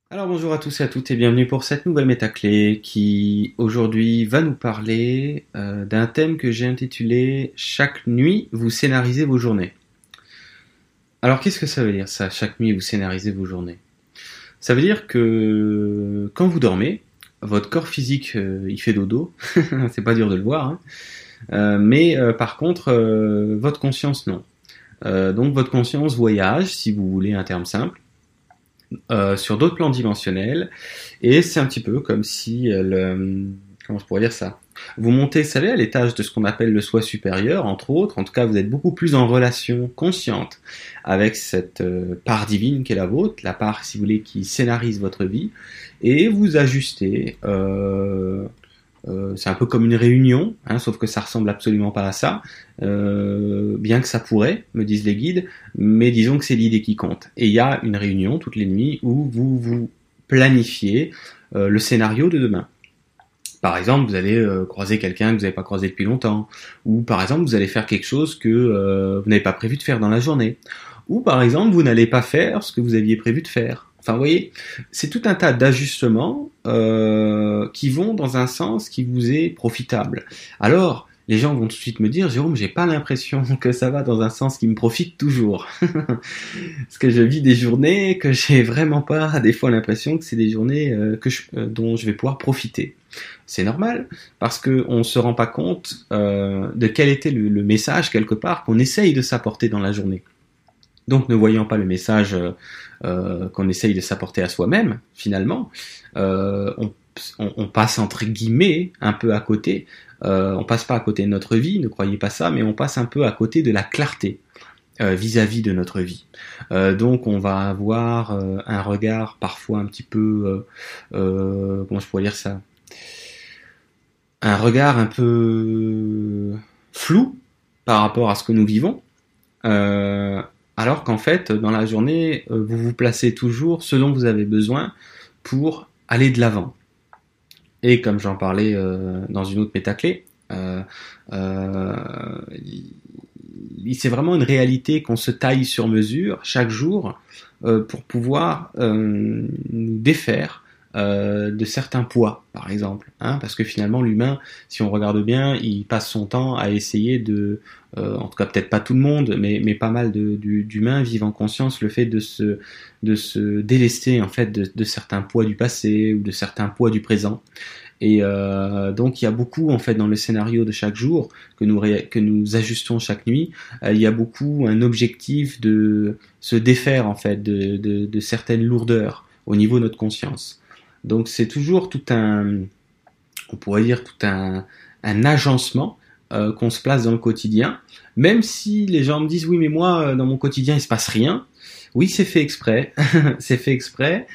Alors bonjour à tous et à toutes et bienvenue pour cette nouvelle métaclé qui aujourd'hui va nous parler d'un thème que j'ai intitulé Chaque nuit vous scénarisez vos journées. Alors qu'est-ce que ça veut dire ça, chaque nuit vous scénarisez vos journées? Ça veut dire que quand vous dormez, votre corps physique il fait dodo, c'est pas dur de le voir, hein. Mais par contre votre conscience non. Donc votre conscience voyage, si vous voulez un terme simple, sur d'autres plans dimensionnels, et c'est un petit peu comme si comment je pourrais dire ça? Vous montez, vous savez, à l'étage de ce qu'on appelle le soi supérieur, entre autres. En tout cas, vous êtes beaucoup plus en relation consciente avec cette part divine qui est la vôtre, la part, si vous voulez, qui scénarise votre vie, et vous ajustez. C'est un peu comme une réunion, hein, sauf que ça ressemble absolument pas à ça, bien que ça pourrait, me disent les guides, mais disons que c'est l'idée qui compte. Et il y a une réunion toutes les nuits où vous vous planifiez le scénario de demain. Par exemple, vous allez croiser quelqu'un que vous n'avez pas croisé depuis longtemps, ou par exemple, vous allez faire quelque chose que vous n'avez pas prévu de faire dans la journée, ou par exemple, vous n'allez pas faire ce que vous aviez prévu de faire. Enfin, vous voyez, c'est tout un tas d'ajustements qui vont dans un sens qui vous est profitable. Alors, les gens vont tout de suite me dire, Jérôme, j'ai pas l'impression que ça va dans un sens qui me profite toujours. Parce que je vis des journées que j'ai vraiment pas, des fois, l'impression que c'est des journées dont je vais pouvoir profiter. C'est normal, parce qu'on ne se rend pas compte de quel était le message, quelque part, qu'on essaye de s'apporter dans la journée. Donc, ne voyant pas le message qu'on essaye de s'apporter à soi-même, finalement, on passe entre guillemets un peu à côté. On passe pas à côté de notre vie, ne croyez pas ça, mais on passe un peu à côté de la clarté vis-à-vis de notre vie. Donc, on va avoir un regard parfois un petit peu, comment je pourrais dire ça, un regard un peu flou par rapport à ce que nous vivons. Euh, Alors qu'en fait, dans la journée, vous vous placez toujours ce dont vous avez besoin pour aller de l'avant. Et comme j'en parlais dans une autre métaclé, euh, c'est vraiment une réalité qu'on se taille sur mesure chaque jour pour pouvoir nous défaire de certains poids, par exemple. Hein, parce que finalement, l'humain, si on regarde bien, il passe son temps à essayer de, en tout cas peut-être pas tout le monde, mais pas mal d'humains vivent en conscience le fait de se délester en fait de certains poids du passé ou de certains poids du présent. Et donc il y a beaucoup en fait dans le scénario de chaque jour que nous ajustons chaque nuit. Il y a beaucoup un objectif de se défaire en fait de certaines lourdeurs au niveau de notre conscience. Donc c'est toujours tout un, on pourrait dire tout un agencement qu'on se place dans le quotidien. Même si les gens me disent oui mais moi dans mon quotidien il se passe rien. Oui c'est fait exprès, c'est fait exprès.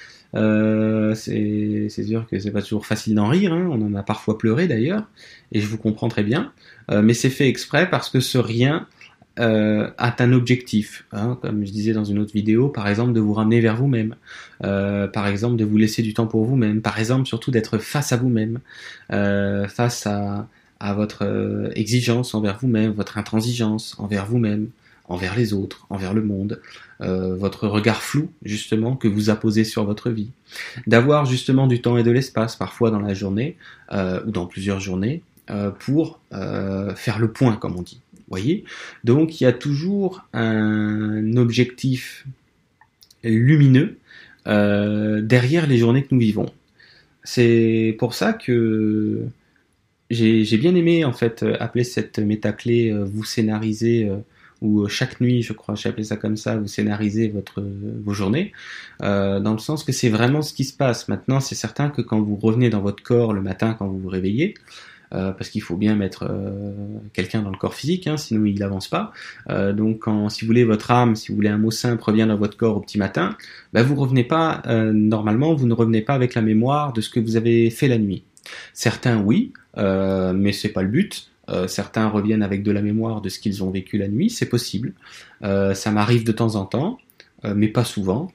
C'est sûr que c'est pas toujours facile d'en rire, hein. On en a parfois pleuré d'ailleurs, et je vous comprends très bien. Mais c'est fait exprès parce que ce rien a un objectif, hein, comme je disais dans une autre vidéo, par exemple de vous ramener vers vous-même, par exemple de vous laisser du temps pour vous-même, par exemple surtout d'être face à vous-même, face à votre exigence envers vous-même, votre intransigeance envers vous-même, envers les autres, envers le monde, votre regard flou justement que vous apposez sur votre vie, d'avoir justement du temps et de l'espace parfois dans la journée ou dans plusieurs journées pour faire le point comme on dit. Voyez, donc il y a toujours un objectif lumineux derrière les journées que nous vivons. C'est pour ça que j'ai bien aimé en fait appeler cette métaclé vous scénariser ou chaque nuit, je crois, j'ai appelé ça comme ça, vous scénarisez vos journées, dans le sens que c'est vraiment ce qui se passe. Maintenant, c'est certain que quand vous revenez dans votre corps le matin, quand vous vous réveillez, parce qu'il faut bien mettre quelqu'un dans le corps physique, hein, sinon il n'avance pas. Donc, si vous voulez, votre âme, si vous voulez un mot simple, revient dans votre corps au petit matin, bah, vous revenez pas, normalement, vous ne revenez pas avec la mémoire de ce que vous avez fait la nuit. Certains, oui, mais c'est pas le but. Certains reviennent avec de la mémoire de ce qu'ils ont vécu la nuit, c'est possible. Ça m'arrive de temps en temps, mais pas souvent.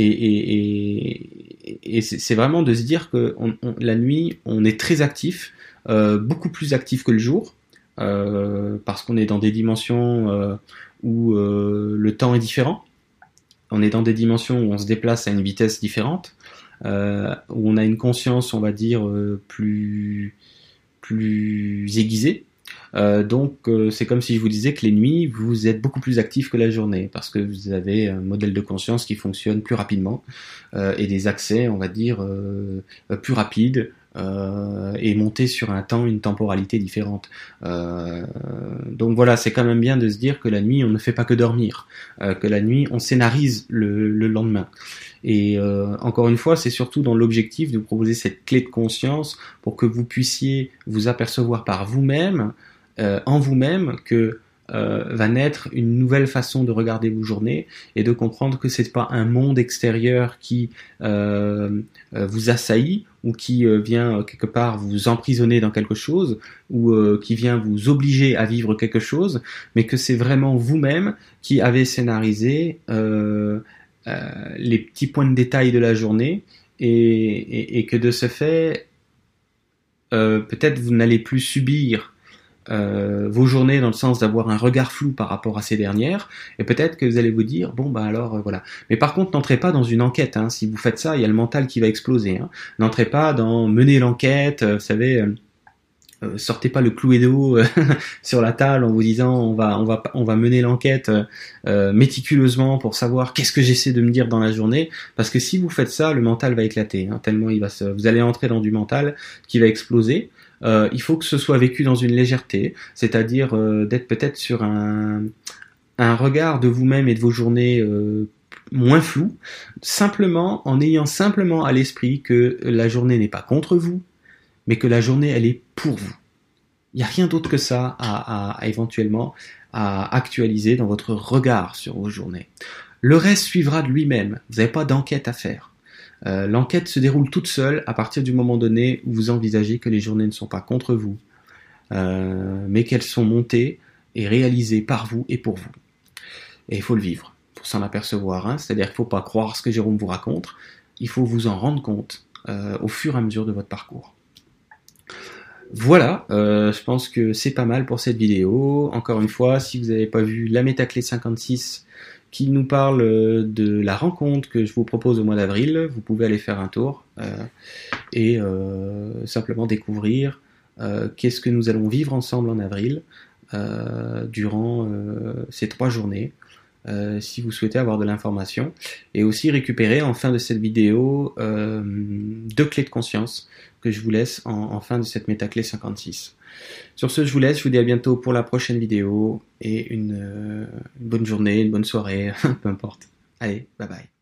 Et c'est vraiment de se dire que la nuit, on est très actif, beaucoup plus actif que le jour, parce qu'on est dans des dimensions où le temps est différent. On est dans des dimensions où on se déplace à une vitesse différente. où on a une conscience, on va dire, plus aiguisée. C'est comme si je vous disais que les nuits, vous êtes beaucoup plus actif que la journée, parce que vous avez un modèle de conscience qui fonctionne plus rapidement, et des accès, on va dire, plus rapides, et monter sur un temps, une temporalité différente. Donc voilà, c'est quand même bien de se dire que la nuit, on ne fait pas que dormir, que la nuit, on scénarise le lendemain. Et encore une fois, c'est surtout dans l'objectif de vous proposer cette clé de conscience pour que vous puissiez vous apercevoir par vous-même, en vous-même, que va naître une nouvelle façon de regarder vos journées et de comprendre que c'est pas un monde extérieur qui vous assaillit ou qui vient quelque part vous emprisonner dans quelque chose ou qui vient vous obliger à vivre quelque chose, mais que c'est vraiment vous-même qui avez scénarisé les petits points de détail de la journée et que de ce fait, peut-être vous n'allez plus subir vos journées dans le sens d'avoir un regard flou par rapport à ces dernières, et peut-être que vous allez vous dire bon bah alors voilà. Mais par contre, n'entrez pas dans une enquête, hein. Si vous faites ça, il y a le mental qui va exploser, hein. N'entrez pas dans mener l'enquête, vous savez, sortez pas le Cluedo sur la table en vous disant on va mener l'enquête méticuleusement pour savoir qu'est-ce que j'essaie de me dire dans la journée, parce que si vous faites ça, le mental va éclater, hein, tellement vous allez entrer dans du mental qui va exploser. Il faut que ce soit vécu dans une légèreté, c'est-à-dire d'être peut-être sur un regard de vous-même et de vos journées moins flou, simplement en ayant simplement à l'esprit que la journée n'est pas contre vous, mais que la journée elle est pour vous. Il n'y a rien d'autre que ça à éventuellement à actualiser dans votre regard sur vos journées. Le reste suivra de lui-même, vous n'avez pas d'enquête à faire. L'enquête se déroule toute seule à partir du moment donné où vous envisagez que les journées ne sont pas contre vous, mais qu'elles sont montées et réalisées par vous et pour vous. Et il faut le vivre pour s'en apercevoir, hein. C'est-à-dire qu'il ne faut pas croire ce que Jérôme vous raconte, il faut vous en rendre compte au fur et à mesure de votre parcours. Voilà, je pense que c'est pas mal pour cette vidéo. Encore une fois, si vous n'avez pas vu la métaclé 56 qui nous parle de la rencontre que je vous propose au mois d'avril, vous pouvez aller faire un tour et simplement découvrir qu'est-ce que nous allons vivre ensemble en avril durant ces 3 journées. Si vous souhaitez avoir de l'information, et aussi récupérer en fin de cette vidéo 2 clés de conscience que je vous laisse en fin de cette métaclé 56. Sur ce, je vous laisse, je vous dis à bientôt pour la prochaine vidéo, et une bonne journée, une bonne soirée, peu importe. Allez, bye bye.